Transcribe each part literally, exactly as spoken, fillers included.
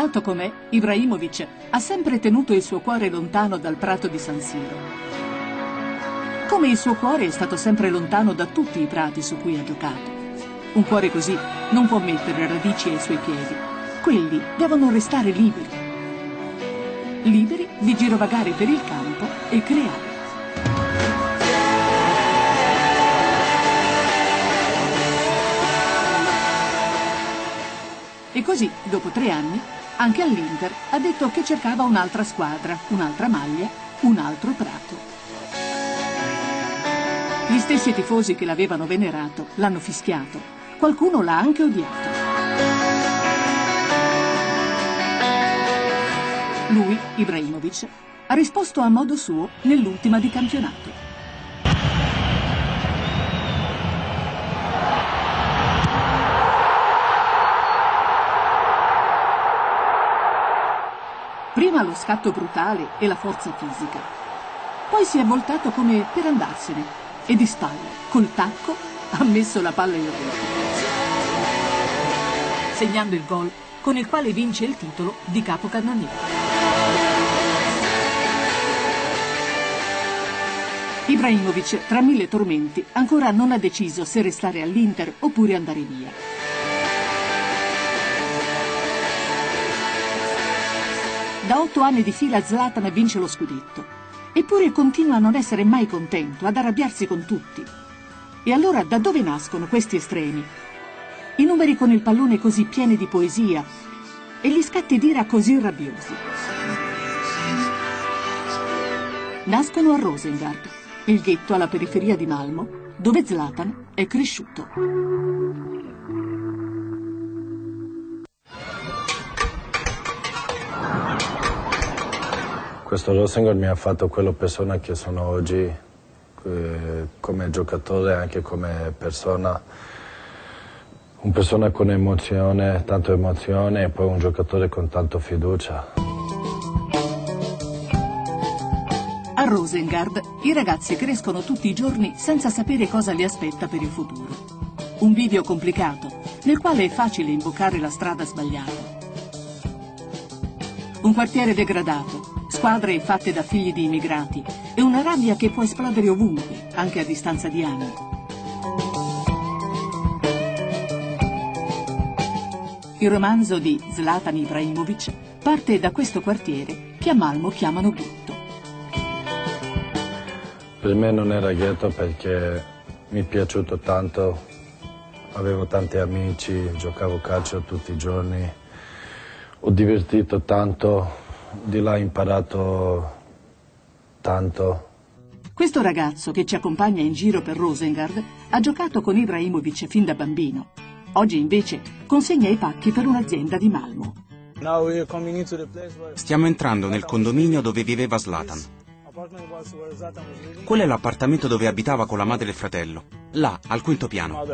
alto com'è, Ibrahimovic ha sempre tenuto il suo cuore lontano dal prato di San Siro. Come il suo cuore è stato sempre lontano da tutti i prati su cui ha giocato. Un cuore così non può mettere radici ai suoi piedi. Quelli devono restare liberi. Liberi di girovagare per il campo e creare. E così, dopo tre anni, anche all'Inter ha detto che cercava un'altra squadra, un'altra maglia, un altro prato. Gli stessi tifosi che l'avevano venerato l'hanno fischiato. Qualcuno l'ha anche odiato. Lui, Ibrahimovic, ha risposto a modo suo nell'ultima di campionato. Prima lo scatto brutale e la forza fisica. Poi si è voltato come per andarsene e di spalle, col tacco, ha messo la palla in rete. Segnando il gol con il quale vince il titolo di capocannoniere. Ibrahimovic, tra mille tormenti, ancora non ha deciso se restare all'Inter oppure andare via. Da otto anni di fila Zlatan vince lo scudetto, eppure continua a non essere mai contento, ad arrabbiarsi con tutti. E allora da dove nascono questi estremi? I numeri con il pallone così pieni di poesia e gli scatti d'ira così rabbiosi. Nascono a Rosengard, il ghetto alla periferia di Malmo, dove Zlatan è cresciuto. Questo Rosengard mi ha fatto quella persona che sono oggi, eh, come giocatore e anche come persona. Un persona con emozione, tanto emozione, e poi un giocatore con tanto fiducia. A Rosengard i ragazzi crescono tutti i giorni senza sapere cosa li aspetta per il futuro. Un bivio complicato, nel quale è facile imboccare la strada sbagliata. Un quartiere degradato, squadre fatte da figli di immigrati e una rabbia che può esplodere ovunque, anche a distanza di anni. Il romanzo di Zlatan Ibrahimovic parte da questo quartiere che a Malmo chiamano ghetto. Per me non era ghetto perché mi è piaciuto tanto, avevo tanti amici, giocavo calcio tutti i giorni, ho divertito tanto. Di là ho imparato tanto. Questo ragazzo che ci accompagna in giro per Rosengard ha giocato con Ibrahimovic fin da bambino. Oggi invece consegna i pacchi per un'azienda di Malmo. Stiamo entrando nel condominio dove viveva Zlatan. Quello è l'appartamento dove abitava con la madre e il fratello, là al quinto piano.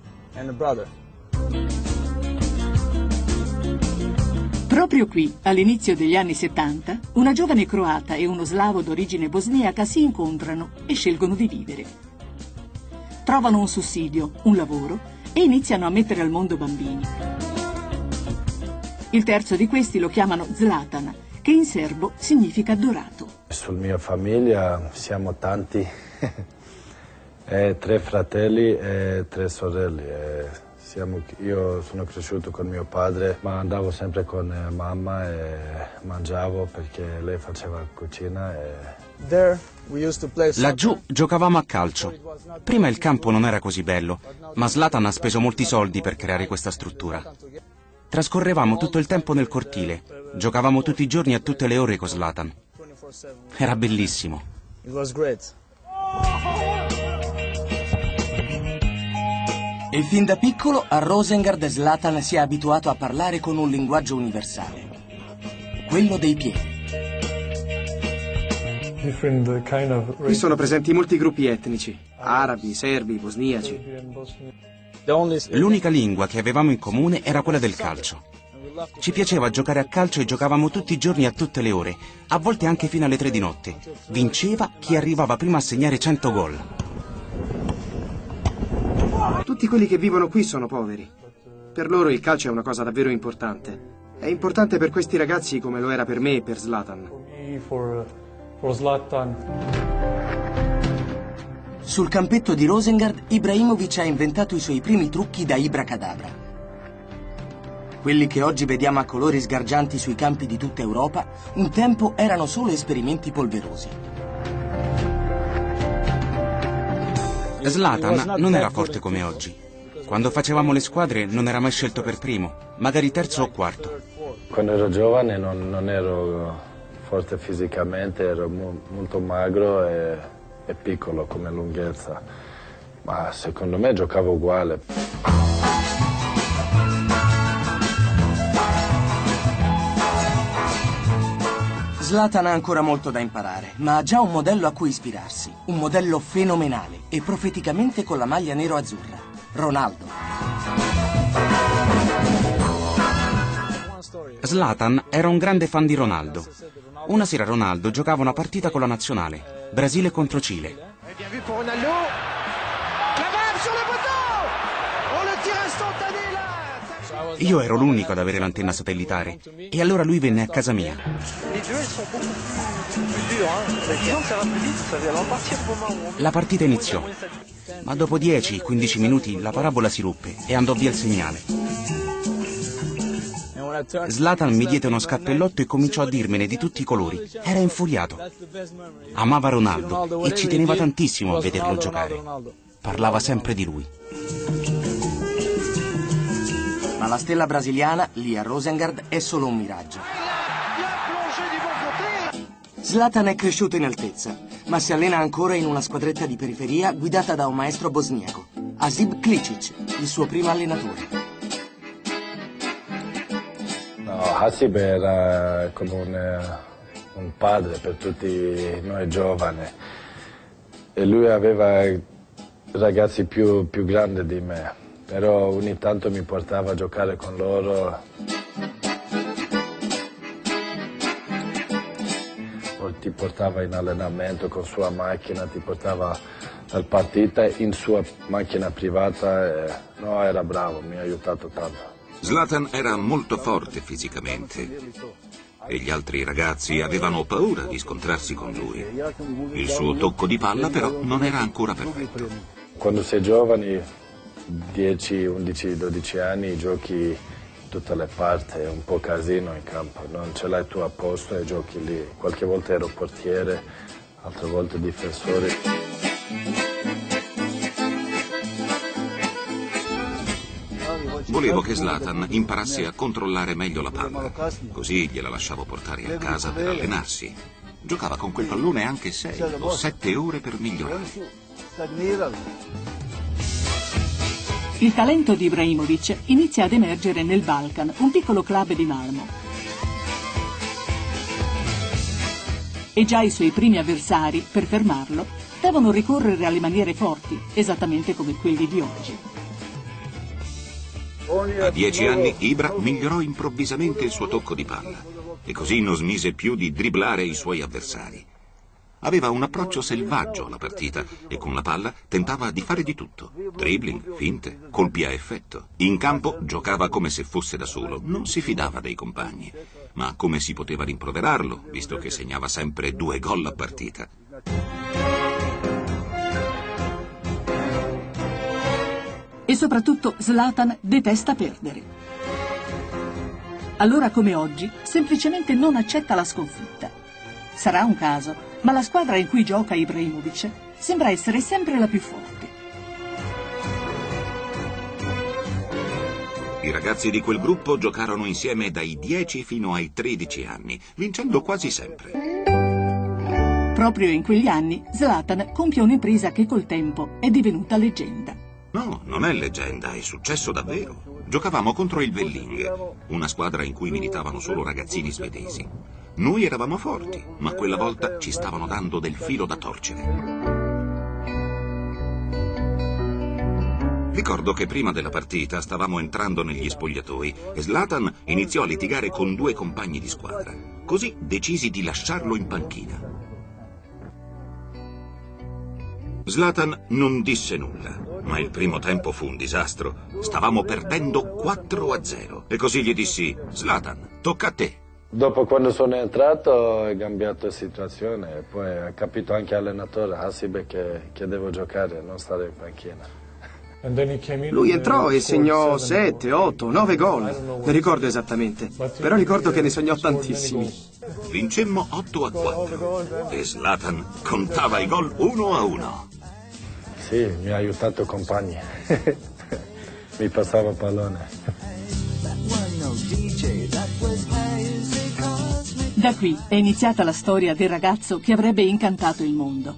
Proprio qui, all'inizio degli anni settanta, una giovane croata e uno slavo d'origine bosniaca si incontrano e scelgono di vivere. Trovano un sussidio, un lavoro e iniziano a mettere al mondo bambini. Il terzo di questi lo chiamano Zlatan, che in serbo significa adorato. Sulla mia famiglia siamo tanti, e tre fratelli e tre sorelle. E siamo, io sono cresciuto con mio padre, ma andavo sempre con mamma e mangiavo perché lei faceva cucina. E... Laggiù giocavamo a calcio. Prima il campo non era così bello, ma Zlatan ha speso molti soldi per creare questa struttura. Trascorrevamo tutto il tempo nel cortile, giocavamo tutti i giorni a tutte le ore con Zlatan. Era bellissimo. E fin da piccolo a Rosengard Zlatan si è abituato a parlare con un linguaggio universale, quello dei piedi. Qui sono presenti molti gruppi etnici, arabi, serbi, bosniaci. L'unica lingua che avevamo in comune era quella del calcio. Ci piaceva giocare a calcio e giocavamo tutti i giorni a tutte le ore, a volte anche fino alle tre di notte. Vinceva chi arrivava prima a segnare cento gol. Tutti quelli che vivono qui sono poveri. Per loro il calcio è una cosa davvero importante. È importante per questi ragazzi come lo era per me e per Zlatan. Sul campetto di Rosengard, Ibrahimovic ha inventato i suoi primi trucchi da Ibracadabra. Quelli che oggi vediamo a colori sgargianti sui campi di tutta Europa, un tempo erano solo esperimenti polverosi. Zlatan non era forte come oggi. Quando facevamo le squadre non era mai scelto per primo, magari terzo o quarto. Quando ero giovane non, non ero forte fisicamente, ero mo molto magro e... è piccolo come lunghezza, ma secondo me giocavo uguale. Zlatan ha ancora molto da imparare, ma ha già un modello a cui ispirarsi, un modello fenomenale e profeticamente con la maglia nero-azzurra, Ronaldo. Zlatan era un grande fan di Ronaldo. Una sera Ronaldo giocava una partita con la nazionale. Brasile contro Cile. Io ero l'unico ad avere l'antenna satellitare e allora lui venne a casa mia. La partita iniziò, ma dopo dieci quindici minuti la parabola si ruppe e andò via il segnale. Zlatan mi diede uno scappellotto e cominciò a dirmene di tutti i colori. Era infuriato. Amava Ronaldo e ci teneva tantissimo a vederlo giocare. Parlava sempre di lui. Ma la stella brasiliana, lì a Rosengard, è solo un miraggio. Zlatan è cresciuto in altezza, ma si allena ancora in una squadretta di periferia guidata da un maestro bosniaco, Asib Klicic, il suo primo allenatore. No, Asib era come un, un padre per tutti noi giovani e lui aveva ragazzi più, più grandi di me, però ogni tanto mi portava a giocare con loro. Ti portava in allenamento con sua macchina, ti portava al partita in sua macchina privata e no, era bravo, mi ha aiutato tanto. Zlatan era molto forte fisicamente e gli altri ragazzi avevano paura di scontrarsi con lui. Il suo tocco di palla però non era ancora perfetto. Quando sei giovane, dieci, undici, dodici anni, giochi tutte le parti, è un po' casino in campo, non ce l'hai tu a posto e giochi lì. Qualche volta ero portiere, altre volte difensore. Volevo che Zlatan imparasse a controllare meglio la palla, così gliela lasciavo portare a casa per allenarsi. Giocava con quel pallone anche sei o sette ore per migliorare. Il talento di Ibrahimovic inizia ad emergere nel Balkan, un piccolo club di Malmo. E già i suoi primi avversari, per fermarlo, devono ricorrere alle maniere forti, esattamente come quelli di oggi. A dieci anni Ibra migliorò improvvisamente il suo tocco di palla e così non smise più di dribblare i suoi avversari. Aveva un approccio selvaggio alla partita e con la palla tentava di fare di tutto. Dribbling, finte, colpi a effetto. In campo giocava come se fosse da solo, non si fidava dei compagni. Ma come si poteva rimproverarlo, visto che segnava sempre due gol a partita? E soprattutto Zlatan detesta perdere. Allora come oggi, semplicemente non accetta la sconfitta. Sarà un caso, ma la squadra in cui gioca Ibrahimovic sembra essere sempre la più forte. I ragazzi di quel gruppo giocarono insieme dai dieci fino ai tredici anni, vincendo quasi sempre. Proprio in quegli anni Zlatan compie un'impresa che col tempo è divenuta leggenda. No, non è leggenda, è successo davvero. Giocavamo contro il Velling, una squadra in cui militavano solo ragazzini svedesi. Noi eravamo forti, ma quella volta ci stavano dando del filo da torcere. Ricordo che prima della partita stavamo entrando negli spogliatoi e Zlatan iniziò a litigare con due compagni di squadra. Così decisi di lasciarlo in panchina. Zlatan non disse nulla, ma il primo tempo fu un disastro. Stavamo perdendo quattro a zero e così gli dissi: Zlatan, tocca a te. Dopo, quando sono entrato, è cambiato la situazione e poi ha capito anche l'allenatore Hasib che, che devo giocare, non stare in panchina. Lui entrò e segnò sette, otto, nove gol, non ricordo esattamente, però ricordo che ne segnò tantissimi. Vincemmo otto a quattro e Zlatan contava i gol uno a uno. Sì, mi ha aiutato compagni, mi passava pallone. Da qui è iniziata la storia del ragazzo che avrebbe incantato il mondo.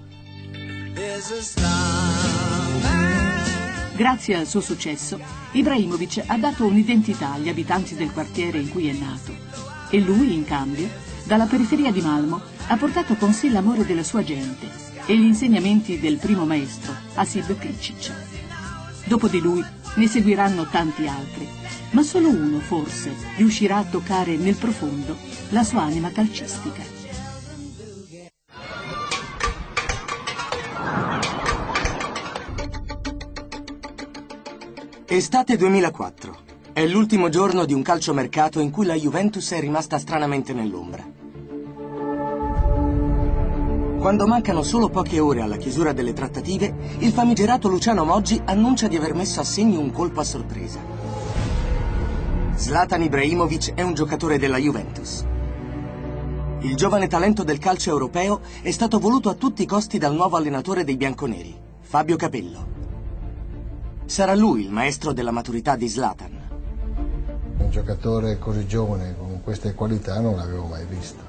Grazie al suo successo, Ibrahimovic ha dato un'identità agli abitanti del quartiere in cui è nato. E lui, in cambio, dalla periferia di Malmo, ha portato con sé l'amore della sua gente e gli insegnamenti del primo maestro, Hasib Kricic. Dopo di lui ne seguiranno tanti altri, ma solo uno, forse, riuscirà a toccare nel profondo la sua anima calcistica. Estate duemilaquattro. È l'ultimo giorno di un calciomercato in cui la Juventus è rimasta stranamente nell'ombra. Quando mancano solo poche ore alla chiusura delle trattative, il famigerato Luciano Moggi annuncia di aver messo a segno un colpo a sorpresa. Zlatan Ibrahimovic è un giocatore della Juventus. Il giovane talento del calcio europeo è stato voluto a tutti i costi dal nuovo allenatore dei bianconeri, Fabio Capello. Sarà lui il maestro della maturità di Zlatan. Un giocatore così giovane, con queste qualità, non l'avevo mai visto.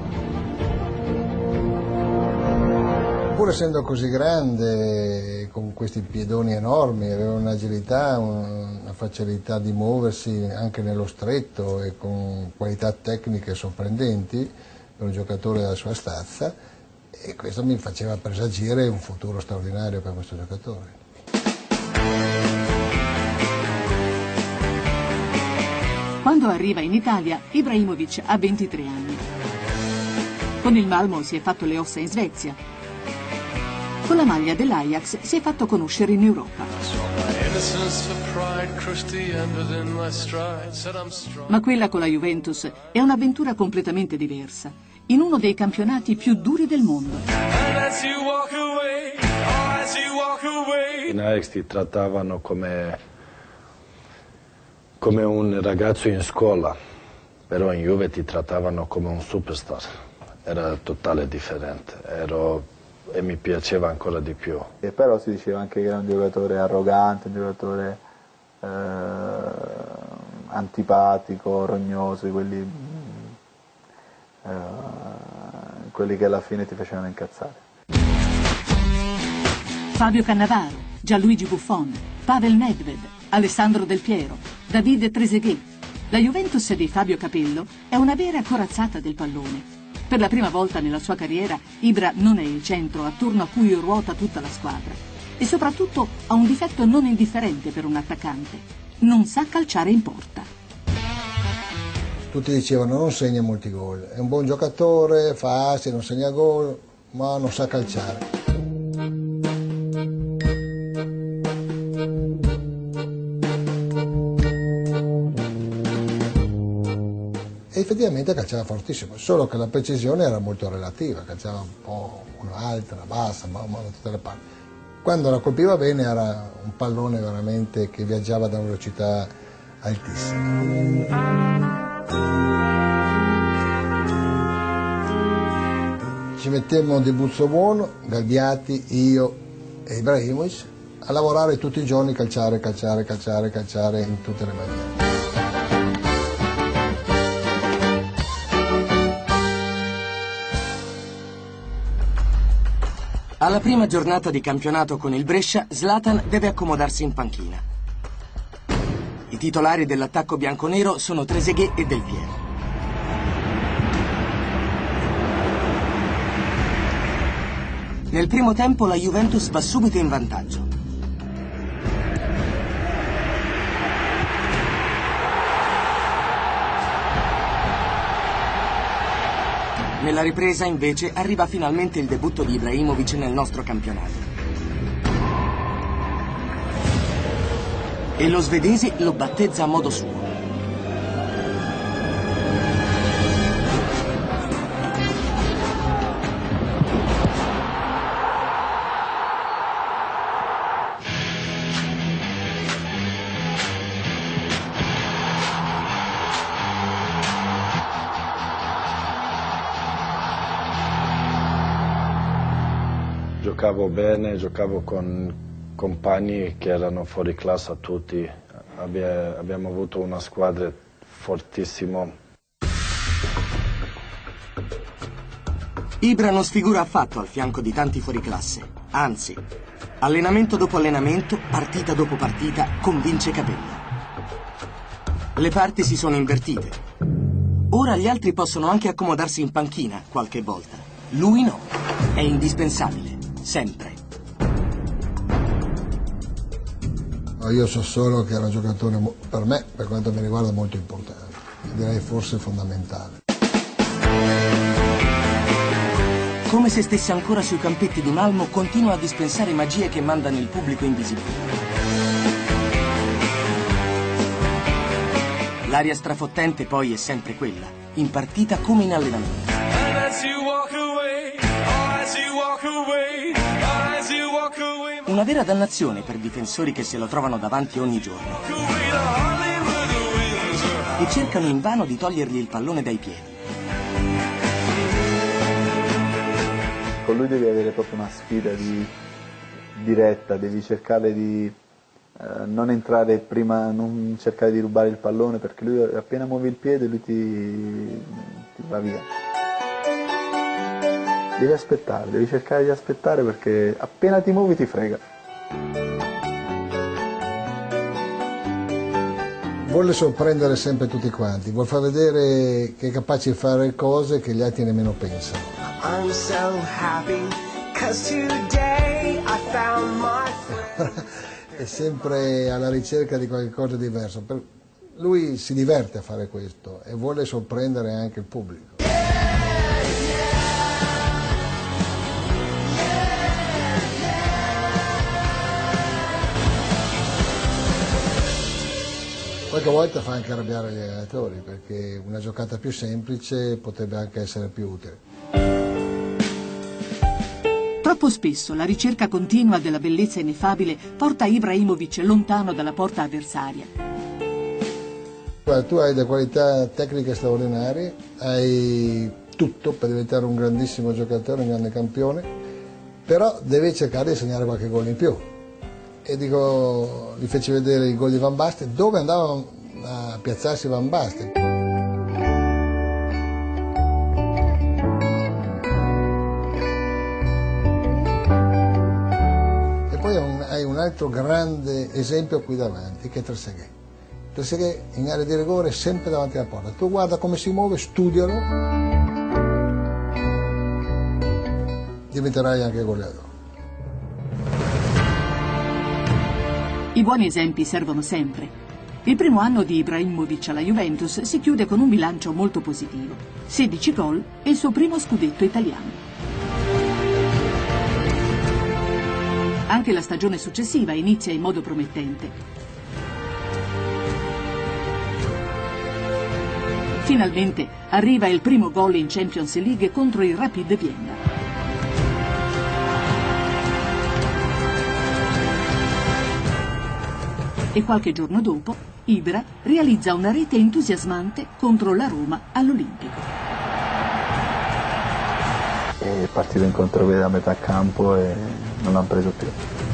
Pur essendo così grande, con questi piedoni enormi, aveva un'agilità, una facilità di muoversi anche nello stretto e con qualità tecniche sorprendenti per un giocatore della sua stazza, e questo mi faceva presagire un futuro straordinario per questo giocatore. Quando arriva in Italia, Ibrahimovic ha ventitré anni. Con il Malmo si è fatto le ossa in Svezia. Con la maglia dell'Ajax si è fatto conoscere in Europa. Ma quella con la Juventus è un'avventura completamente diversa, in uno dei campionati più duri del mondo. In Ajax ti trattavano come, come un ragazzo in scuola, però in Juve ti trattavano come un superstar. Era totale differente. Ero... e mi piaceva ancora di più. E però si diceva anche che era un giocatore arrogante, un giocatore eh, antipatico, rognoso, quelli, eh, quelli che alla fine ti facevano incazzare. Fabio Cannavaro, Gianluigi Buffon, Pavel Nedved, Alessandro Del Piero, David Trezeguet. La Juventus di Fabio Capello è una vera corazzata del pallone. Per la prima volta nella sua carriera, Ibra non è il centro attorno a cui ruota tutta la squadra. E soprattutto ha un difetto non indifferente per un attaccante. Non sa calciare in porta. Tutti dicevano non segna molti gol. È un buon giocatore, fa assi, non segna gol, ma non sa calciare. E effettivamente calciava fortissimo, solo che la precisione era molto relativa, calciava un po' un'altra, bassa, ma da tutte le parti. Quando la colpiva bene era un pallone veramente che viaggiava da una velocità altissima. Ci mettemmo di Buzzo Buono, Galbiati, io e Ibrahimovic a lavorare tutti i giorni, calciare, calciare, calciare, calciare in tutte le maniere. Alla prima giornata di campionato con il Brescia, Zlatan deve accomodarsi in panchina. I titolari dell'attacco bianconero sono Trezeguet e Del Piero. Nel primo tempo la Juventus va subito in vantaggio. Nella ripresa, invece, arriva finalmente il debutto di Ibrahimovic nel nostro campionato. E lo svedese lo battezza a modo suo. giocavo bene, giocavo con compagni che erano fuori classe a tutti. Abbia, abbiamo avuto una squadra fortissima. Ibra non sfigura affatto al fianco di tanti fuoriclasse, anzi, allenamento dopo allenamento, partita dopo partita, convince Capello. Le parti si sono invertite. Ora gli altri possono anche accomodarsi in panchina qualche volta. Lui no, è indispensabile, sempre. Io so solo che era un giocatore, per me, per quanto mi riguarda, molto importante, direi forse fondamentale. Come se stesse ancora sui campetti di Malmo, continua a dispensare magie che mandano il pubblico invisibile. L'aria strafottente poi è sempre quella, in partita come in allenamento. Una vera dannazione per difensori che se lo trovano davanti ogni giorno e cercano invano di togliergli il pallone dai piedi. Con lui devi avere proprio una sfida di, diretta, devi cercare di eh, non entrare prima, non cercare di rubare il pallone, perché lui appena muovi il piede lui ti, ti va via. Devi aspettare, devi cercare di aspettare, perché appena ti muovi ti frega. Vuole sorprendere sempre tutti quanti, vuol far vedere che è capace di fare cose che gli altri nemmeno pensano. I'm so happy, 'cause today I found my... È sempre alla ricerca di qualcosa di diverso. Per... Lui si diverte a fare questo e vuole sorprendere anche il pubblico. Qualche volta fa anche arrabbiare gli allenatori, perché una giocata più semplice potrebbe anche essere più utile. Troppo spesso la ricerca continua della bellezza ineffabile porta Ibrahimovic lontano dalla porta avversaria. Guarda, tu hai delle qualità tecniche straordinarie, hai tutto per diventare un grandissimo giocatore, un grande campione, però devi cercare di segnare qualche gol in più. E dico, gli feci vedere i gol di Van Basten, dove andava a piazzarsi Van Basten. E poi hai un altro grande esempio qui davanti, che è Trezeguet. Trezeguet in area di rigore è sempre davanti alla porta. Tu guarda come si muove, studialo, diventerai anche goleador. I buoni esempi servono sempre. Il primo anno di Ibrahimovic alla Juventus si chiude con un bilancio molto positivo. sedici gol e il suo primo scudetto italiano. Anche la stagione successiva inizia in modo promettente. Finalmente arriva il primo gol in Champions League contro il Rapid Vienna. E qualche giorno dopo, Ibra realizza una rete entusiasmante contro la Roma all'Olimpico. È partito in contropiede a metà campo e non l'hanno preso più.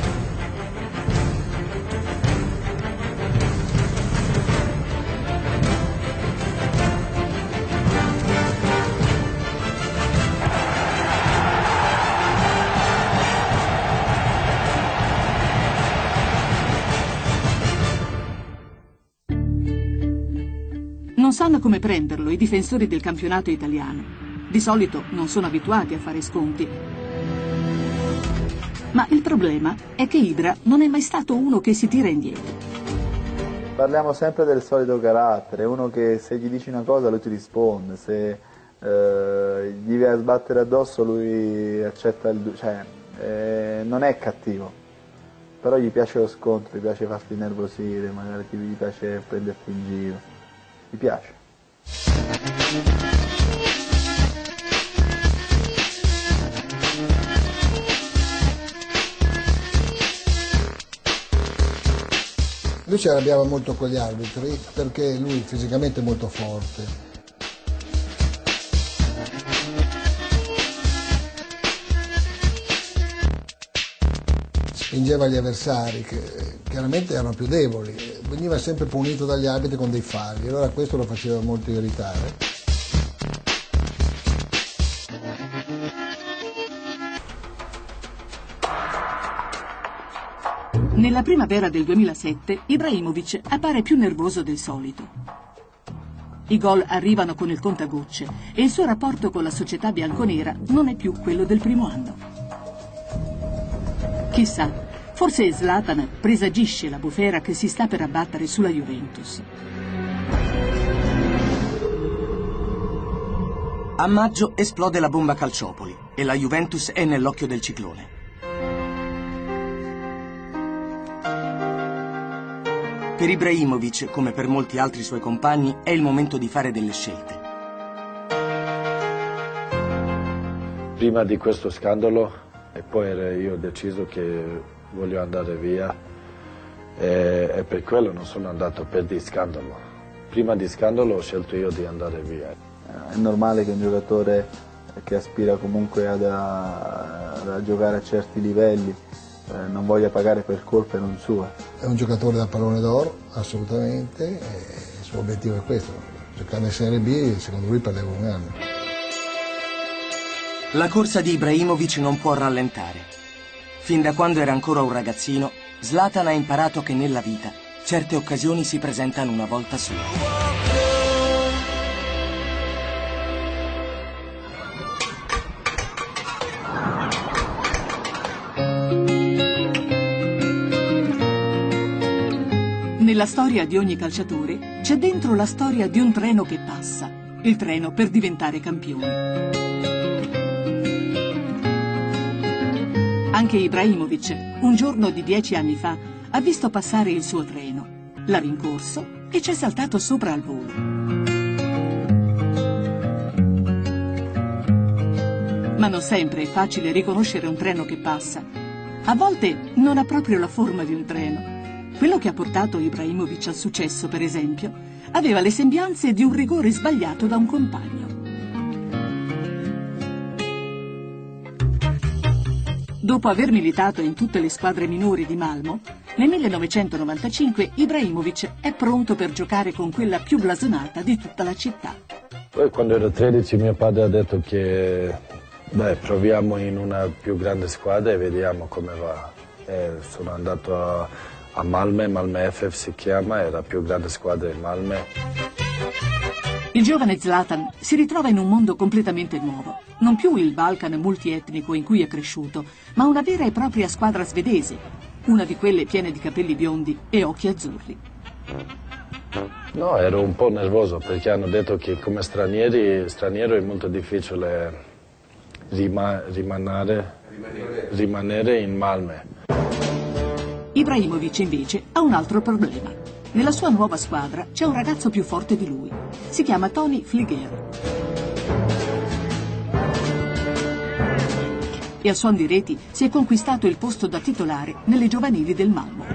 Non sanno come prenderlo i difensori del campionato italiano. Di solito non sono abituati a fare sconti. Ma il problema è che Ibra non è mai stato uno che si tira indietro. Parliamo sempre del solito carattere, uno che se gli dici una cosa lui ti risponde, se eh, gli vai a sbattere addosso lui accetta il... cioè eh, non è cattivo, però gli piace lo scontro, gli piace farti nervosire, magari ti, gli piace prenderti in giro. Mi piace. Lui ci arrabbiava molto con gli arbitri perché lui fisicamente è molto forte. spingeva gli avversari, che chiaramente erano più deboli, veniva sempre punito dagli arbitri con dei falli, allora questo lo faceva molto irritare. Nella primavera del duemilasette Ibrahimovic appare più nervoso del solito. I gol arrivano con il contagocce e il suo rapporto con la società bianconera non è più quello del primo anno. Chissà, forse Zlatan presagisce la bufera che si sta per abbattere sulla Juventus. A maggio esplode la bomba Calciopoli e la Juventus è nell'occhio del ciclone. Per Ibrahimovic, come per molti altri suoi compagni, è il momento di fare delle scelte. Prima di questo scandalo, e poi io ho deciso che voglio andare via, e, e per quello non sono andato per di scandalo. Prima di scandalo ho scelto io di andare via. È normale che un giocatore che aspira comunque ad, a, a giocare a certi livelli Eh, non voglia pagare per colpe non sue. È un giocatore da pallone d'oro, assolutamente, e il suo obiettivo è questo, giocare in Serie B, secondo lui perdeva un anno. La corsa di Ibrahimovic non può rallentare. Fin da quando era ancora un ragazzino, Zlatan ha imparato che nella vita certe occasioni si presentano una volta sola. Nella storia di ogni calciatore c'è dentro la storia di un treno che passa, il treno per diventare campioni. Anche Ibrahimovic, un giorno di dieci anni fa, ha visto passare il suo treno, l'ha rincorso e ci è saltato sopra al volo. Ma non sempre è facile riconoscere un treno che passa. A volte non ha proprio la forma di un treno. Quello che ha portato Ibrahimovic al successo, per esempio, aveva le sembianze di un rigore sbagliato da un compagno. Dopo aver militato in tutte le squadre minori di Malmö, nel millenovecentonovantacinque Ibrahimovic è pronto per giocare con quella più blasonata di tutta la città. Poi quando ero tredici mio padre ha detto che beh, proviamo in una più grande squadra e vediamo come va. E sono andato a a Malmö, Malmö F F si chiama, è la più grande squadra di Malmö. Il giovane Zlatan si ritrova in un mondo completamente nuovo, non più il Balkan multietnico in cui è cresciuto, ma una vera e propria squadra svedese, una di quelle piene di capelli biondi e occhi azzurri. No, ero un po' nervoso perché hanno detto che come stranieri, straniero è molto difficile rima, rimanere, rimanere in Malmö. Ibrahimovic invece ha un altro problema. Nella sua nuova squadra c'è un ragazzo più forte di lui. Si chiama Tony Flyger. E a suon di reti si è conquistato il posto da titolare nelle giovanili del Malmö.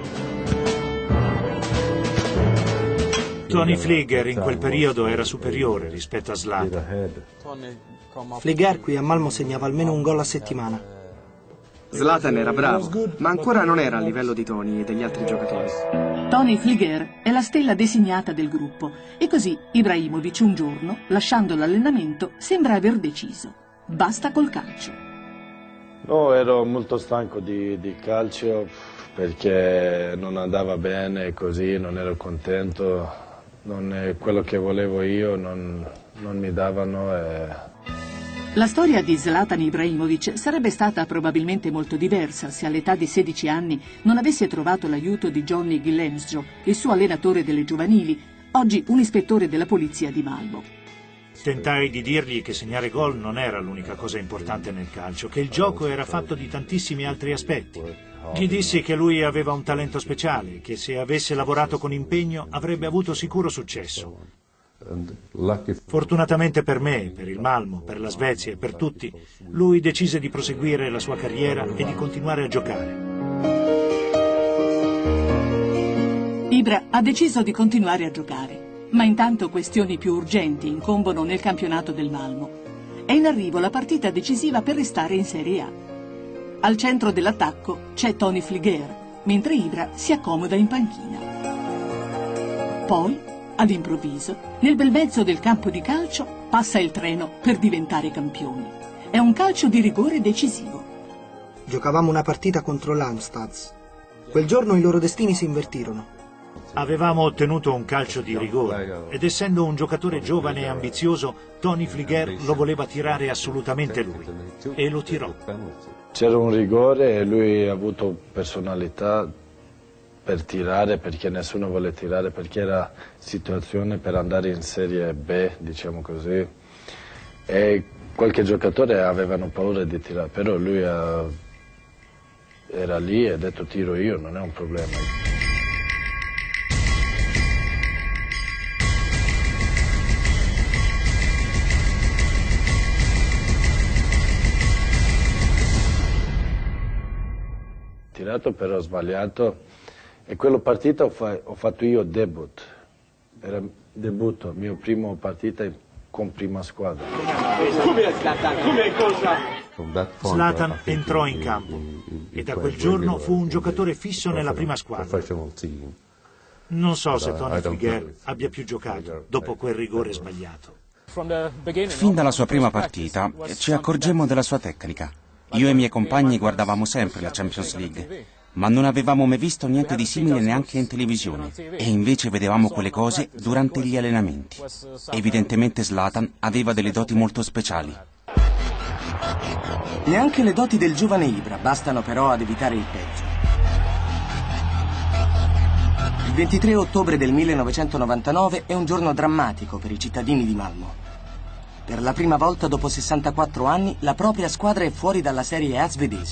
Tony Flyger in quel periodo era superiore rispetto a Zlatan. Flyger qui a Malmö segnava almeno un gol a settimana. Zlatan era bravo, ma ancora non era a livello di Tony e degli altri giocatori. Tony Flyger è la stella designata del gruppo e così Ibrahimovic un giorno, lasciando l'allenamento, sembra aver deciso. Basta col calcio. No, ero molto stanco di, di calcio perché non andava bene così, non ero contento, non è quello che volevo io, non, non mi davano e... La storia di Zlatan Ibrahimovic sarebbe stata probabilmente molto diversa se all'età di sedici anni non avesse trovato l'aiuto di Johnny Guillemsjo, il suo allenatore delle giovanili, oggi un ispettore della polizia di Malmö. Tentai di dirgli che segnare gol non era l'unica cosa importante nel calcio, che il gioco era fatto di tantissimi altri aspetti. Gli dissi che lui aveva un talento speciale, che se avesse lavorato con impegno avrebbe avuto sicuro successo. Fortunatamente per me, per il Malmö, per la Svezia e per tutti, lui decise di proseguire la sua carriera e di continuare a giocare. Ibra ha deciso di continuare a giocare, ma intanto questioni più urgenti incombono nel campionato del Malmö. È in arrivo la partita decisiva per restare in Serie A. Al centro dell'attacco c'è Tony Fliger, mentre Ibra si accomoda in panchina. Poi, all'improvviso, nel bel mezzo del campo di calcio passa il treno per diventare campioni. È un calcio di rigore decisivo. Giocavamo una partita contro l'Amstads. Quel giorno i loro destini si invertirono. Avevamo ottenuto un calcio di rigore ed essendo un giocatore giovane e ambizioso, Tony Fliger lo voleva tirare assolutamente lui e lo tirò. C'era un rigore e lui ha avuto personalità per tirare, perché nessuno vuole tirare, perché era situazione per andare in Serie B, diciamo così, e qualche giocatore avevano paura di tirare, però lui ha, era lì e ha detto tiro io, non è un problema. Tirato però ho sbagliato e quella partita ho, fa ho fatto io debut, era debutto, mio primo partita con prima squadra. Zlatan entrò in campo e da quel giorno fu un giocatore fisso nella prima squadra. Non so se Tony Fliger abbia più giocato dopo quel rigore sbagliato. Fin dalla sua prima partita ci accorgemmo della sua tecnica. Io e i miei compagni guardavamo sempre la Champions League, ma non avevamo mai visto niente di simile neanche in televisione. E invece vedevamo quelle cose durante gli allenamenti. Evidentemente Zlatan aveva delle doti molto speciali. Neanche le doti del giovane Ibra bastano però ad evitare il peggio. Il ventitré ottobre del millenovecentonovantanove è un giorno drammatico per i cittadini di Malmö. Per la prima volta dopo sessantaquattro anni la propria squadra è fuori dalla Serie A svedese.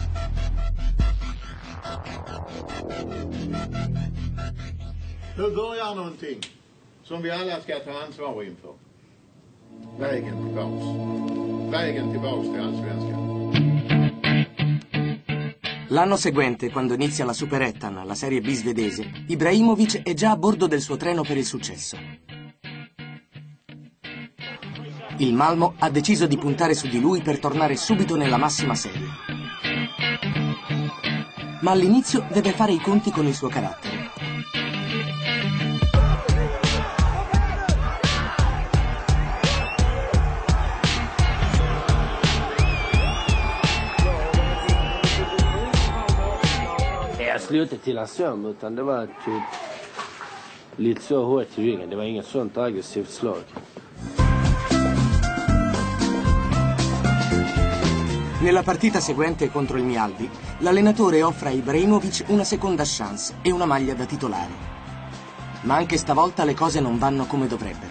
Nu börjar någonting som vi alla ska ta ansvar inför. Vägen tillbaks. Vägen tillbaks till Allsvenskan. L'anno seguente, quando inizia la Superettan, la Serie B svedese, Ibrahimovic è già a bordo del suo treno per il successo. Il Malmö ha deciso di puntare su di lui per tornare subito nella massima serie. Ma all'inizio deve fare i conti con il suo carattere. Jag slutade till en sömn, utan det var typ lite så hårt i ryggen. Det var inget sånt aggressivt slag. Nella partita seguente contro il Mjällby, l'allenatore offre a Ibrahimovic una seconda chance e una maglia da titolare. Ma anche stavolta le cose non vanno come dovrebbero.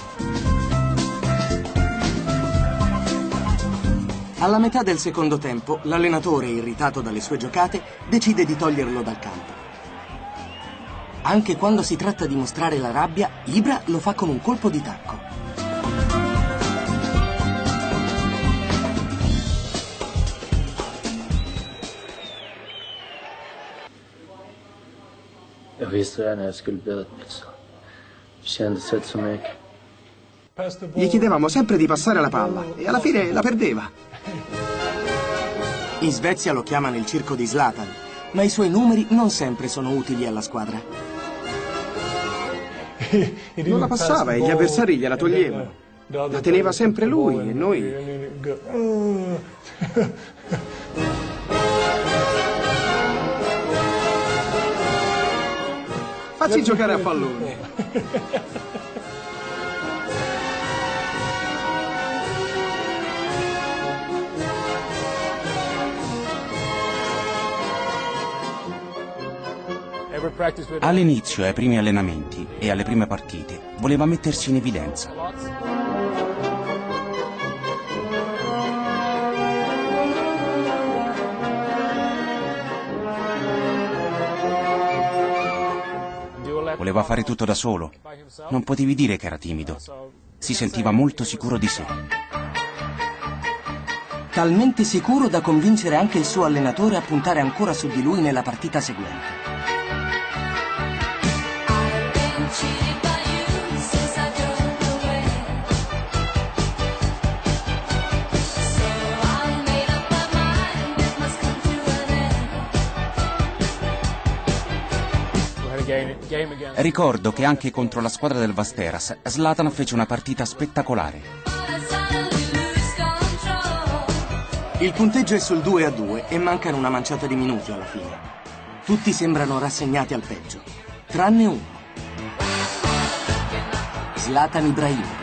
Alla metà del secondo tempo, l'allenatore, irritato dalle sue giocate, decide di toglierlo dal campo. Anche quando si tratta di mostrare la rabbia, Ibra lo fa con un colpo di tacco. Jag visste redan när jag skulle bli utbytt. Det kändes rätt så mycket. Gli chiedevamo sempre di passare la palla e alla fine la perdeva. In Svezia lo chiamano il circo di Zlatan, ma i suoi numeri non sempre sono utili alla squadra. Non la passava e gli avversari gliela toglievano. La teneva sempre lui e noi... Facci giocare a pallone. All'inizio, ai primi allenamenti e alle prime partite, voleva mettersi in evidenza. Voleva fare tutto da solo. Non potevi dire che era timido. Si sentiva molto sicuro di sé. Talmente sicuro da convincere anche il suo allenatore a puntare ancora su di lui nella partita seguente. Ricordo che anche contro la squadra del Västerås Zlatan fece una partita spettacolare. Il punteggio è sul due a due e mancano una manciata di minuti alla fine. Tutti sembrano rassegnati al peggio, tranne uno. Zlatan Ibrahimovic.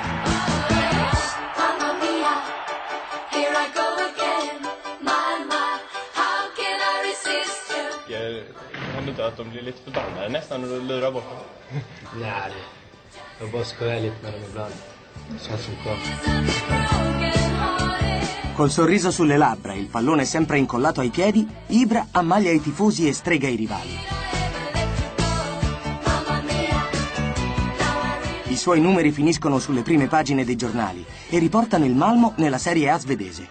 Kan du inte att de blir lite förbannade nästan och lurar bort dem? Nej, jag bara skojar lite med dem ibland. Känns som skönt. Col sorriso sulle labbra e il pallone sempre incollato ai piedi, Ibra ammaglia i tifosi e strega i rivali. I suoi numeri finiscono sulle prime pagine dei giornali e riportano il Malmö nella Serie A svedese.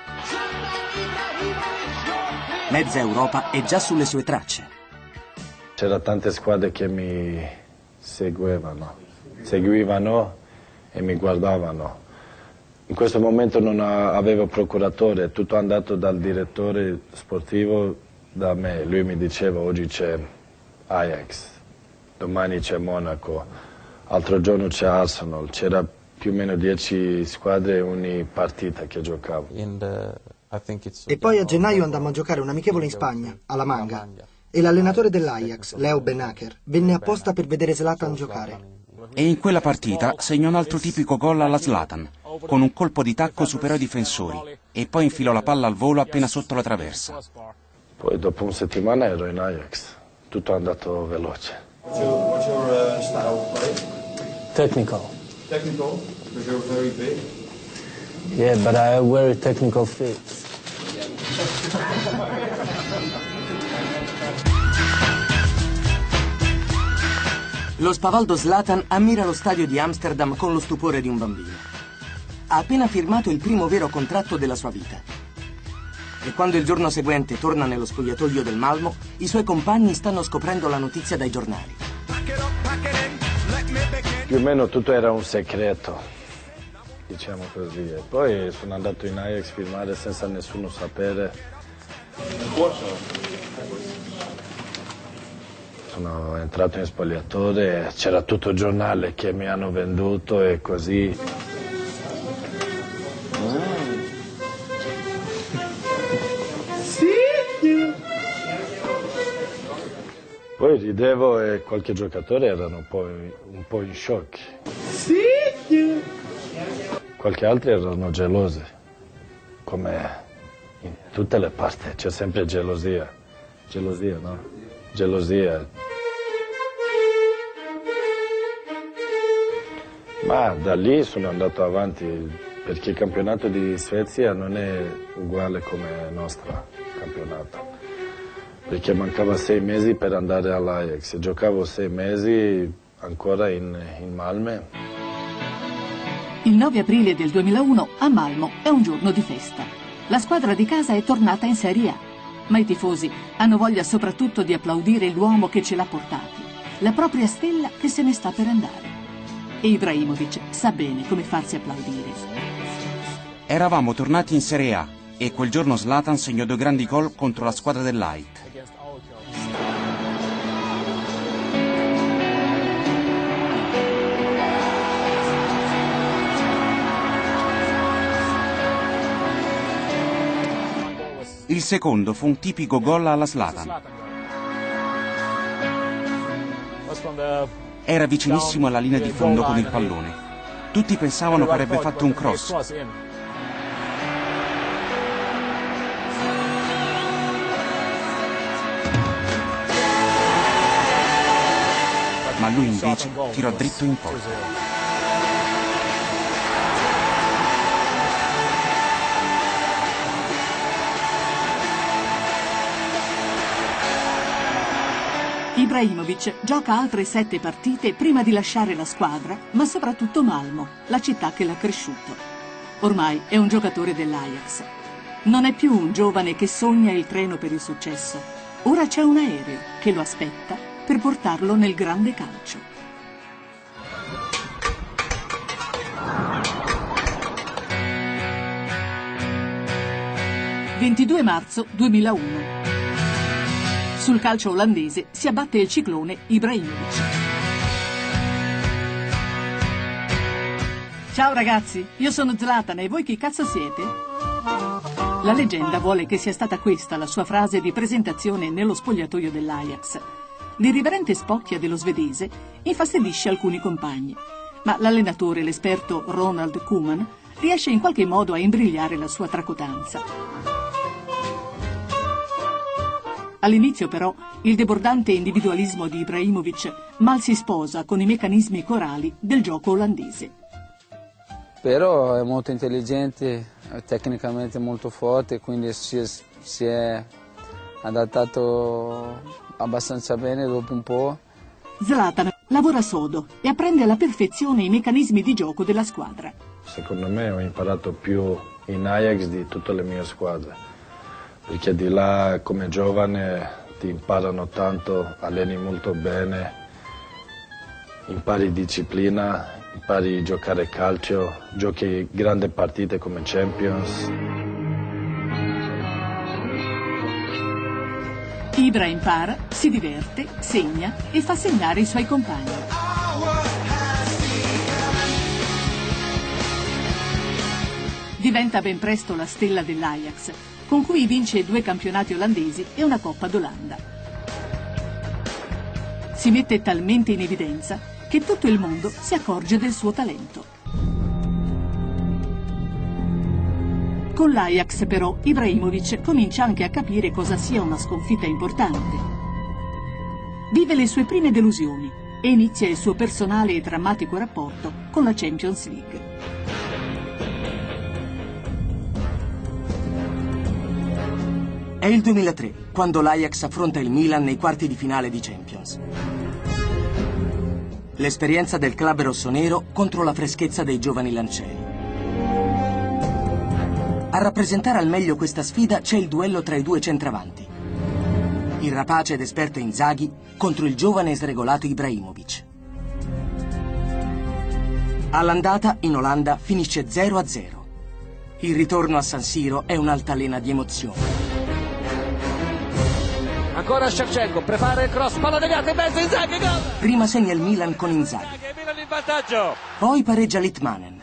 Mezza Europa è già sulle sue tracce. C'erano tante squadre che mi seguivano, seguivano e mi guardavano. In questo momento non avevo procuratore, tutto è andato dal direttore sportivo da me. Lui mi diceva oggi c'è Ajax, domani c'è Monaco, altro giorno c'è Arsenal. C'era più o meno dieci squadre ogni partita che giocavo. E poi a gennaio andammo a giocare un amichevole in Spagna, alla Manga, e l'allenatore dell'Ajax, Leo Benaker, venne apposta per vedere Zlatan giocare. E in quella partita segnò un altro tipico gol alla Zlatan. Con un colpo di tacco superò i difensori e poi infilò la palla al volo appena sotto la traversa. Poi dopo una settimana ero in Ajax, tutto è andato veloce. What's your, what's your uh, style of play? Technical. Technical, because you're very big. Yeah, but I have very technical feet. Lo spavaldo Zlatan ammira lo stadio di Amsterdam con lo stupore di un bambino. Ha appena firmato il primo vero contratto della sua vita. E quando il giorno seguente torna nello spogliatoio del Malmö, i suoi compagni stanno scoprendo la notizia dai giornali. Più o meno tutto era un segreto, diciamo così. E poi sono andato in Ajax a firmare senza nessuno sapere. Sono entrato in spogliatoio, c'era tutto il giornale che mi hanno venduto e così. Poi ridevo e qualche giocatore erano un po', un po' in shock. Qualche altri erano gelosi, come in tutte le parti, c'è sempre gelosia. Gelosia, no? Gelosia. Ma da lì sono andato avanti, perché il campionato di Svezia non è uguale come il nostro campionato. Perché mancava sei mesi per andare all'Ajax. Giocavo sei mesi ancora in, in Malmö. Il nove aprile del duemilauno a Malmö è un giorno di festa. La squadra di casa è tornata in Serie A, ma i tifosi hanno voglia soprattutto di applaudire l'uomo che ce l'ha portati, la propria stella che se ne sta per andare. E Ibrahimovic sa bene come farsi applaudire. Eravamo tornati in Serie A e quel giorno Zlatan segnò due grandi gol contro la squadra dell'A E K. Il secondo fu un tipico gol alla Zlatan. Era vicinissimo alla linea di fondo con il pallone. Tutti pensavano che avrebbe fatto un cross. Ma lui invece tirò dritto in porta. Ibrahimovic gioca altre sette partite prima di lasciare la squadra, ma soprattutto Malmö, la città che l'ha cresciuto. Ormai è un giocatore dell'Ajax. Non è più un giovane che sogna il treno per il successo. Ora c'è un aereo che lo aspetta per portarlo nel grande calcio. ventidue marzo duemilauno. Sul calcio olandese si abbatte il ciclone Ibrahimovic. Ciao ragazzi, io sono Zlatan e voi chi cazzo siete? La leggenda vuole che sia stata questa la sua frase di presentazione nello spogliatoio dell'Ajax. L'irriverente spocchia dello svedese infastidisce alcuni compagni, ma l'allenatore, l'esperto Ronald Koeman, riesce in qualche modo a imbrigliare la sua tracotanza. All'inizio però il debordante individualismo di Ibrahimovic mal si sposa con i meccanismi corali del gioco olandese. Però è molto intelligente, è tecnicamente molto forte, quindi si è, si è adattato abbastanza bene dopo un po'. Zlatan lavora sodo e apprende alla perfezione i meccanismi di gioco della squadra. Secondo me ho imparato più in Ajax di tutte le mie squadre, perché di là come giovane ti imparano tanto, alleni molto bene, impari disciplina, impari a giocare calcio, giochi grandi partite come Champions. Ibra impara, si diverte, segna e fa segnare i suoi compagni. Diventa ben presto la stella dell'Ajax, con cui vince due campionati olandesi e una Coppa d'Olanda. Si mette talmente in evidenza che tutto il mondo si accorge del suo talento. Con l'Ajax però Ibrahimovic comincia anche a capire cosa sia una sconfitta importante. Vive le sue prime delusioni e inizia il suo personale e drammatico rapporto con la Champions League. È il duemilatré, quando l'Ajax affronta il Milan nei quarti di finale di Champions. L'esperienza del club rossonero contro la freschezza dei giovani lancieri. A rappresentare al meglio questa sfida c'è il duello tra i due centravanti. Il rapace ed esperto Inzaghi contro il giovane e sregolato Ibrahimovic. All'andata in Olanda finisce zero a zero. Il ritorno a San Siro è un'altalena di emozioni. Ancora Shevchenko, prepara il cross, palla deviata in mezzo, Inzaghi, gol! Prima segna il Milan con Inzaghi. Milan in vantaggio. Poi pareggia Litmanen.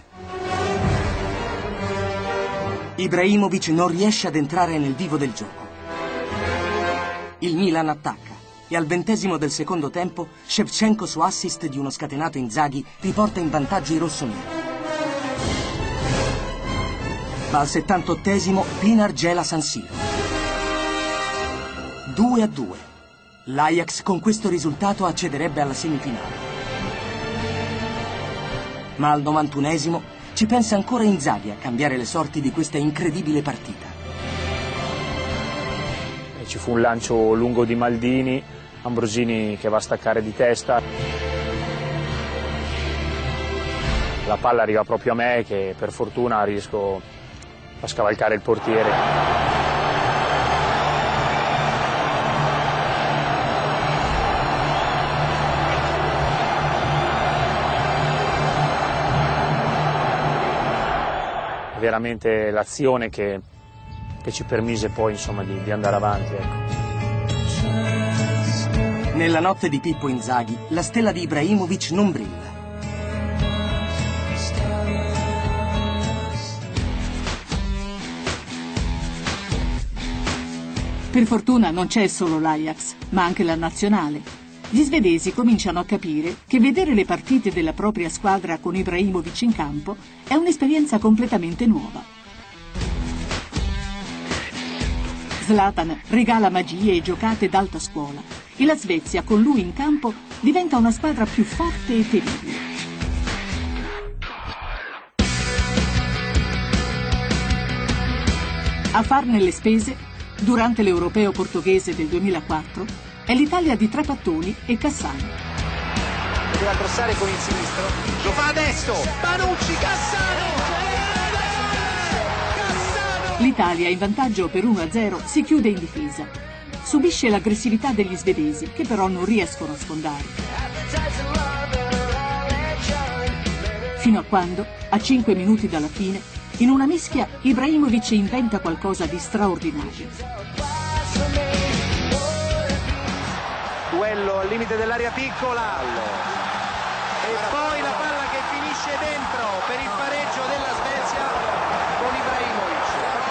Ibrahimovic non riesce ad entrare nel vivo del gioco. Il Milan attacca e al ventesimo del secondo tempo Shevchenko su assist di uno scatenato Inzaghi riporta in vantaggio i rossoneri. Ma al settantottesimo Pinar gela San Siro. due a due. L'Ajax con questo risultato accederebbe alla semifinale. Ma al novantunesimo ci pensa ancora Inzaghi a cambiare le sorti di questa incredibile partita. E ci fu un lancio lungo di Maldini, Ambrosini che va a staccare di testa. La palla arriva proprio a me che per fortuna riesco a scavalcare il portiere. Veramente l'azione che, che ci permise poi insomma di, di andare avanti. Ecco. Nella notte di Pippo Inzaghi la stella di Ibrahimovic non brilla. Per fortuna non c'è solo l'Ajax, ma anche la nazionale. Gli svedesi cominciano a capire che vedere le partite della propria squadra con Ibrahimovic in campo è un'esperienza completamente nuova. Zlatan regala magie e giocate d'alta scuola e la Svezia con lui in campo diventa una squadra più forte e terribile. A farne le spese, durante l'Europeo portoghese del duemilaquattro, è l'Italia di Trapattoni e Cassano. Deve crossare con il sinistro. Lo fa adesso. Panucci, Cassano! Cassano! L'Italia, in vantaggio per uno a zero, si chiude in difesa. Subisce l'aggressività degli svedesi, che però non riescono a sfondare. Fino a quando, a cinque minuti dalla fine, in una mischia, Ibrahimovic inventa qualcosa di straordinario. limite dell'area piccola. E poi la palla che finisce dentro per il pareggio della Svezia con Ibrahimovic.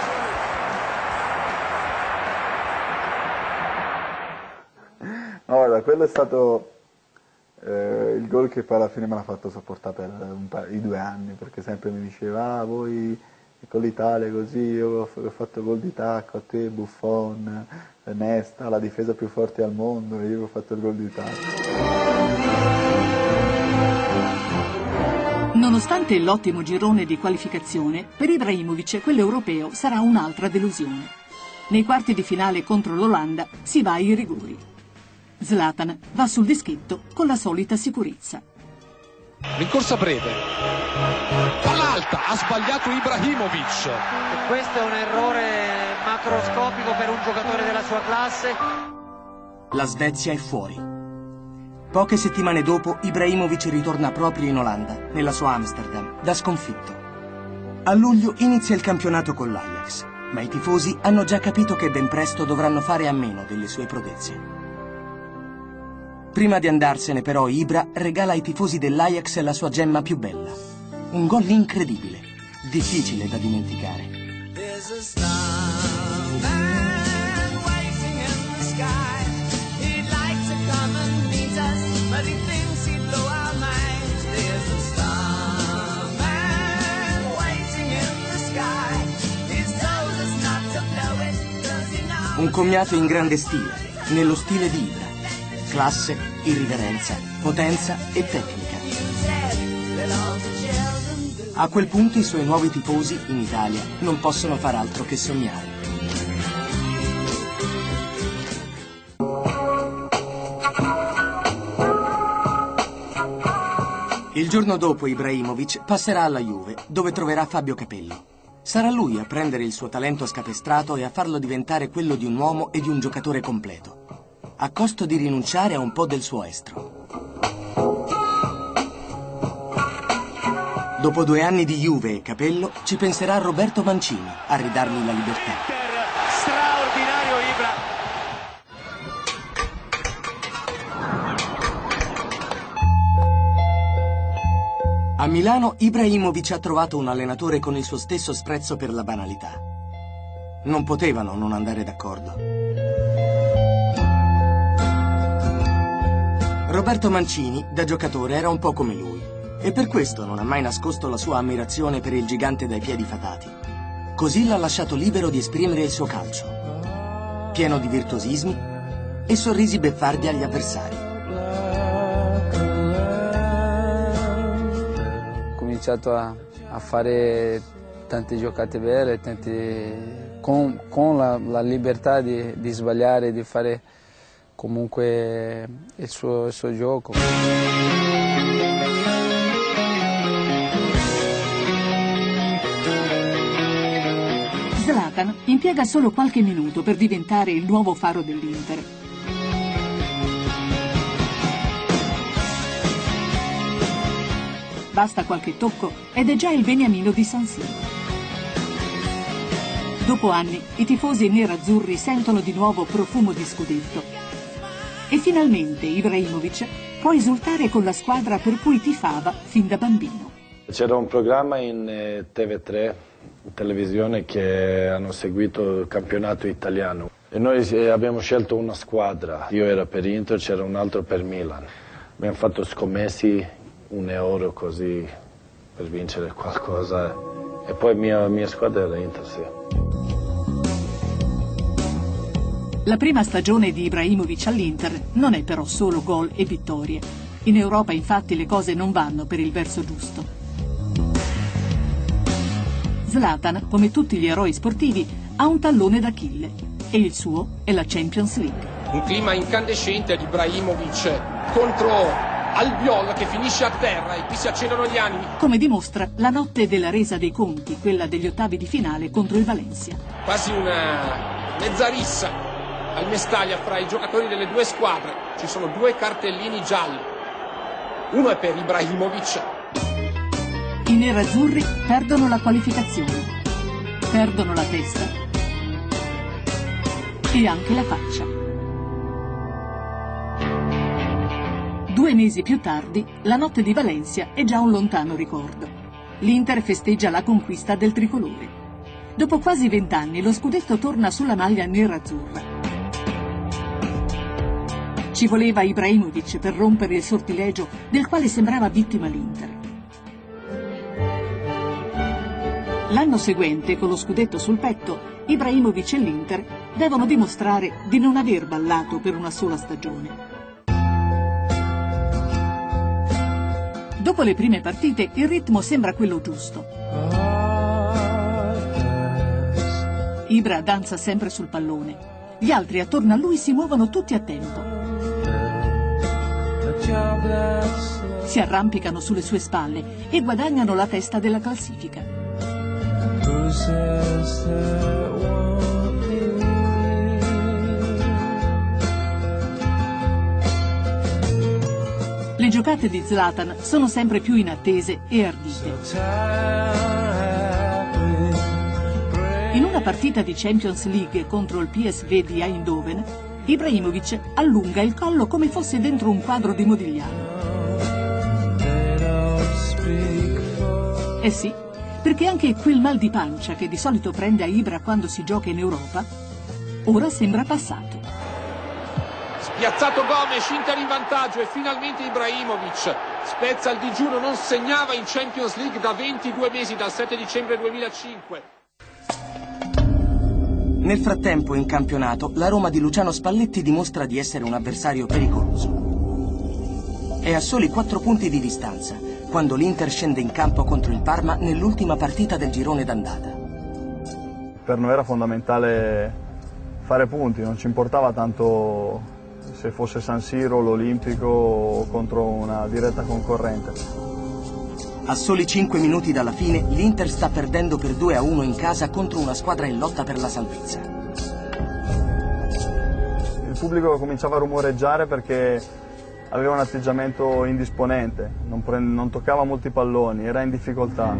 No, guarda, quello è stato eh, il gol che poi alla fine me l'ha fatto sopportare per un pa- i due anni, perché sempre mi diceva, ah, voi con l'Italia così, io ho fatto gol di tacco, a te Buffon, Nesta, la difesa più forte al mondo, e io ho fatto il gol di tacco. Nonostante l'ottimo girone di qualificazione, per Ibrahimovic quello europeo sarà un'altra delusione. Nei quarti di finale contro l'Olanda si va ai rigori. Zlatan va sul dischetto con la solita sicurezza. Rincorsa breve. Palla alta, ha sbagliato Ibrahimovic. E questo è un errore macroscopico per un giocatore della sua classe. La Svezia è fuori. Poche settimane dopo, Ibrahimovic ritorna proprio in Olanda, nella sua Amsterdam, da sconfitto. A luglio inizia il campionato con l'Ajax, ma i tifosi hanno già capito che ben presto dovranno fare a meno delle sue prodezze. Prima di andarsene, però, Ibra regala ai tifosi dell'Ajax la sua gemma più bella. Un gol incredibile, difficile da dimenticare. Un commiato in grande stile, nello stile di Ibra. Classe, irriverenza, potenza e tecnica. A quel punto i suoi nuovi tifosi in Italia non possono far altro che sognare. Il giorno dopo Ibrahimovic passerà alla Juve, dove troverà Fabio Capello. Sarà lui a prendere il suo talento scapestrato e a farlo diventare quello di un uomo e di un giocatore completo, a costo di rinunciare a un po' del suo estro. Dopo due anni di Juve e Capello, ci penserà Roberto Mancini a ridargli la libertà. Straordinario Ibra. A Milano Ibrahimovic ha trovato un allenatore con il suo stesso sprezzo per la banalità. Non potevano non andare d'accordo. Roberto Mancini, da giocatore, era un po' come lui e per questo non ha mai nascosto la sua ammirazione per il gigante dai piedi fatati. Così l'ha lasciato libero di esprimere il suo calcio, pieno di virtuosismi e sorrisi beffardi agli avversari. Ho iniziato a, a fare tante giocate belle, tante, con, con la, la libertà di, di sbagliare, di fare comunque il suo, il suo gioco. Zlatan impiega solo qualche minuto per diventare il nuovo faro dell'Inter. Basta qualche tocco ed è già il beniamino di San Siro. Dopo anni i tifosi nerazzurri sentono di nuovo profumo di scudetto. E finalmente Ibrahimovic può esultare con la squadra per cui tifava fin da bambino. C'era un programma in eh, T V tre, in televisione, che hanno seguito il campionato italiano. E noi eh, abbiamo scelto una squadra. Io ero per Inter, c'era un altro per Milan. Abbiamo fatto scommessi un euro così per vincere qualcosa. E poi mia, mia squadra era Inter, sì. La prima stagione di Ibrahimovic all'Inter non è però solo gol e vittorie. In Europa infatti le cose non vanno per il verso giusto. Zlatan, come tutti gli eroi sportivi, ha un tallone d'Achille e il suo è la Champions League. Un clima incandescente di Ibrahimovic contro Albiol che finisce a terra e qui si accendono gli animi. Come dimostra la notte della resa dei conti, quella degli ottavi di finale contro il Valencia. Quasi una mezza rissa al Mestaglia fra i giocatori delle due squadre. Ci sono due cartellini gialli. Uno è per Ibrahimovic. I nerazzurri perdono la qualificazione, perdono la testa e anche la faccia. Due mesi più tardi, la notte di Valencia è già un lontano ricordo. L'Inter festeggia la conquista del tricolore. Dopo quasi vent'anni lo scudetto torna sulla maglia nerazzurra. Ci voleva Ibrahimovic per rompere il sortilegio del quale sembrava vittima l'Inter. L'anno seguente, con lo scudetto sul petto, Ibrahimovic e l'Inter devono dimostrare di non aver ballato per una sola stagione. Dopo le prime partite il ritmo sembra quello giusto. Ibra danza sempre sul pallone. Gli altri attorno a lui si muovono tutti a tempo. Si arrampicano sulle sue spalle e guadagnano la testa della classifica. Le giocate di Zlatan sono sempre più inattese e ardite. In una partita di Champions League contro il P S V di Eindhoven, Ibrahimovic allunga il collo come fosse dentro un quadro di Modigliano. Eh sì, perché anche quel mal di pancia che di solito prende a Ibra quando si gioca in Europa, ora sembra passato. Spiazzato Gomes, Inter in vantaggio e finalmente Ibrahimovic spezza il digiuno, non segnava in Champions League da ventidue mesi, dal sette dicembre duemilacinque. Nel frattempo in campionato la Roma di Luciano Spalletti dimostra di essere un avversario pericoloso. È a soli quattro punti di distanza quando l'Inter scende in campo contro il Parma nell'ultima partita del girone d'andata. Per noi era fondamentale fare punti, non ci importava tanto se fosse San Siro, l'Olimpico o contro una diretta concorrente. A soli cinque minuti dalla fine l'Inter sta perdendo per due a uno in casa contro una squadra in lotta per la salvezza. Il pubblico cominciava a rumoreggiare perché aveva un atteggiamento indisponente, non, non toccava molti palloni, era in difficoltà.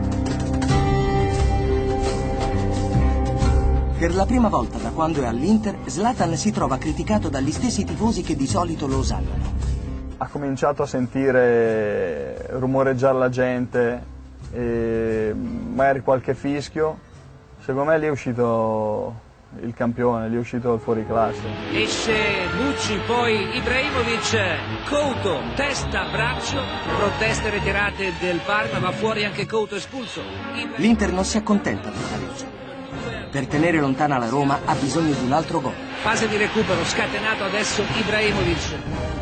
Per la prima volta da quando è all'Inter, Zlatan si trova criticato dagli stessi tifosi che di solito lo osannano. Ha cominciato a sentire rumoreggiare la gente, e magari qualche fischio. Secondo me lì è uscito il campione, lì è uscito il fuoriclasse. Esce Bucci, poi Ibrahimovic, Couto, testa, braccio, proteste ritirate del Parma, ma fuori anche Couto espulso. L'Inter non si accontenta del pareggio. Per tenere lontana la Roma ha bisogno di un altro gol. Fase di recupero, scatenato adesso Ibrahimovic.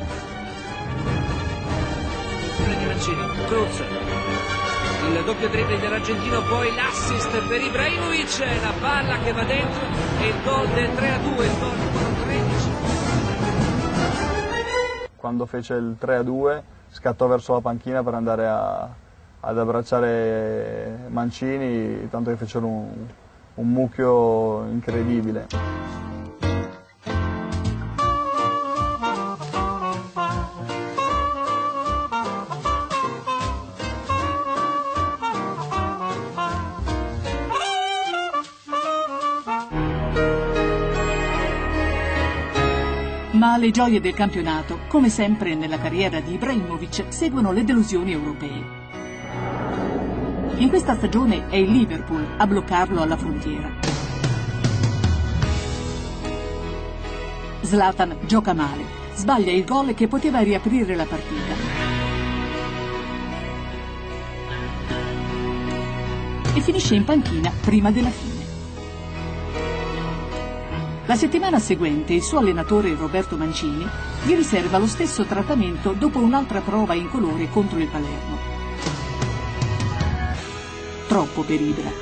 Cruz, il doppio dribbling dell'argentino, poi l'assist per Ibrahimovic, la palla che va dentro e il gol del tre a due, il gol numero tredici. Quando fece il tre a due scattò verso la panchina per andare a, ad abbracciare Mancini, tanto che fecero un, un mucchio incredibile. Ma alle gioie del campionato, come sempre nella carriera di Ibrahimovic, seguono le delusioni europee. In questa stagione è il Liverpool a bloccarlo alla frontiera. Zlatan gioca male, sbaglia il gol che poteva riaprire la partita. E finisce in panchina prima della fine. La settimana seguente il suo allenatore Roberto Mancini gli riserva lo stesso trattamento dopo un'altra prova in colore contro il Palermo. Troppo per Ibra.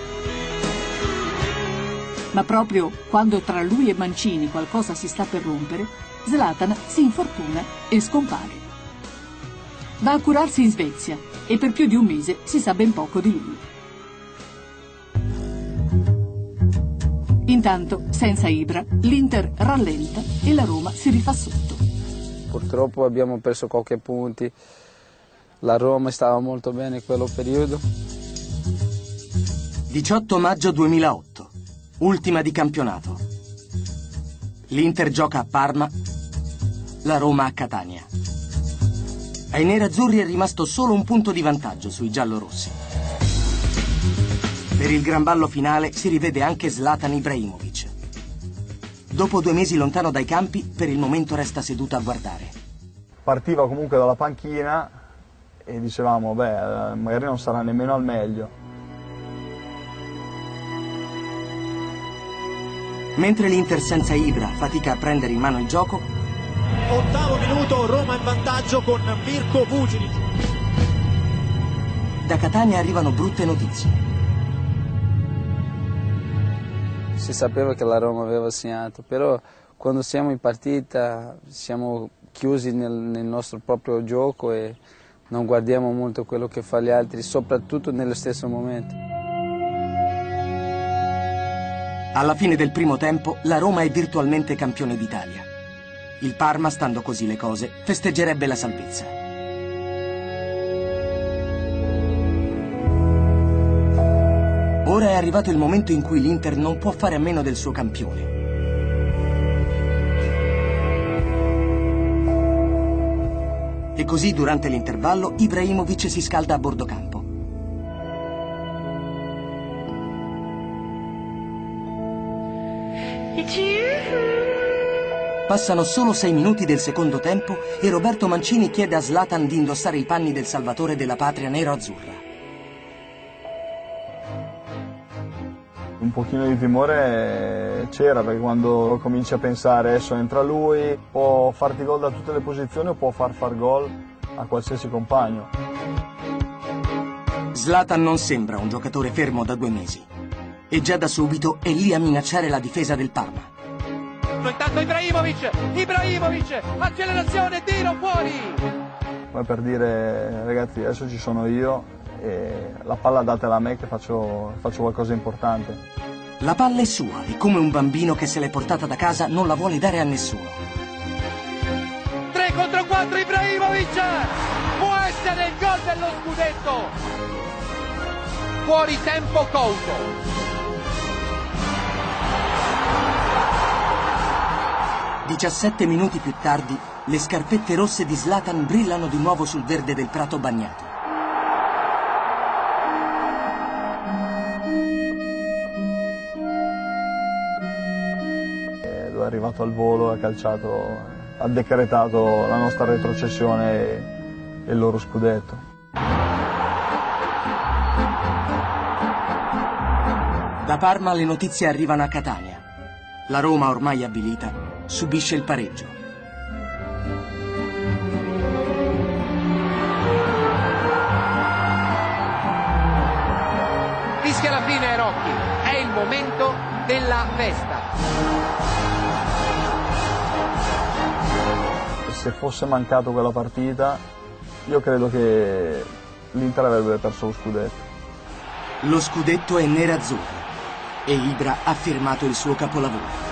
Ma proprio quando tra lui e Mancini qualcosa si sta per rompere, Zlatan si infortuna e scompare. Va a curarsi in Svezia e per più di un mese si sa ben poco di lui. Intanto, senza Ibra, l'Inter rallenta e la Roma si rifà sotto. Purtroppo abbiamo perso qualche punti, la Roma stava molto bene in quello periodo. diciotto maggio duemilaotto, ultima di campionato. L'Inter gioca a Parma, la Roma a Catania. Ai nerazzurri è rimasto solo un punto di vantaggio sui giallorossi. Per il gran ballo finale si rivede anche Zlatan Ibrahimović. Dopo due mesi lontano dai campi, per il momento resta seduto a guardare. Partiva comunque dalla panchina e dicevamo, beh, magari non sarà nemmeno al meglio. Mentre l'Inter senza Ibra fatica a prendere in mano il gioco, ottavo minuto, Roma in vantaggio con Mirko Vucinic. Da Catania arrivano brutte notizie. Si sapeva che la Roma aveva segnato, però quando siamo in partita siamo chiusi nel, nel nostro proprio gioco e non guardiamo molto quello che fanno gli altri, soprattutto nello stesso momento. Alla fine del primo tempo la Roma è virtualmente campione d'Italia. Il Parma, stando così le cose, festeggerebbe la salvezza. Ora è arrivato il momento in cui l'Inter non può fare a meno del suo campione. E così durante l'intervallo Ibrahimović si scalda a bordo campo. Passano solo sei minuti del secondo tempo e Roberto Mancini chiede a Zlatan di indossare i panni del salvatore della patria nero-azzurra. Un pochino di timore c'era, perché quando cominci a pensare adesso entra lui, può farti gol da tutte le posizioni o può far far gol a qualsiasi compagno. Zlatan non sembra un giocatore fermo da due mesi e già da subito è lì a minacciare la difesa del Parma. Intanto Ibrahimović, Ibrahimović, accelerazione, tiro fuori! Come per dire, ragazzi, adesso ci sono io e la palla datela a me che faccio, faccio qualcosa di importante. La palla è sua e come un bambino che se l'è portata da casa non la vuole dare a nessuno. tre contro quattro Ibrahimović! Può essere il gol dello scudetto! Fuori tempo Couto! diciassette minuti più tardi, le scarpette rosse di Zlatan brillano di nuovo sul verde del prato bagnato. E lui è arrivato al volo, ha calciato, ha decretato la nostra retrocessione e, e il loro scudetto. Da Parma le notizie arrivano a Catania. La Roma, ormai avvilita, subisce il pareggio. Fischia la fine Rocchi, è il momento della festa. Se fosse mancato quella partita, io credo che l'Inter avrebbe perso lo scudetto. Lo scudetto è nerazzurro e Ibra ha firmato il suo capolavoro.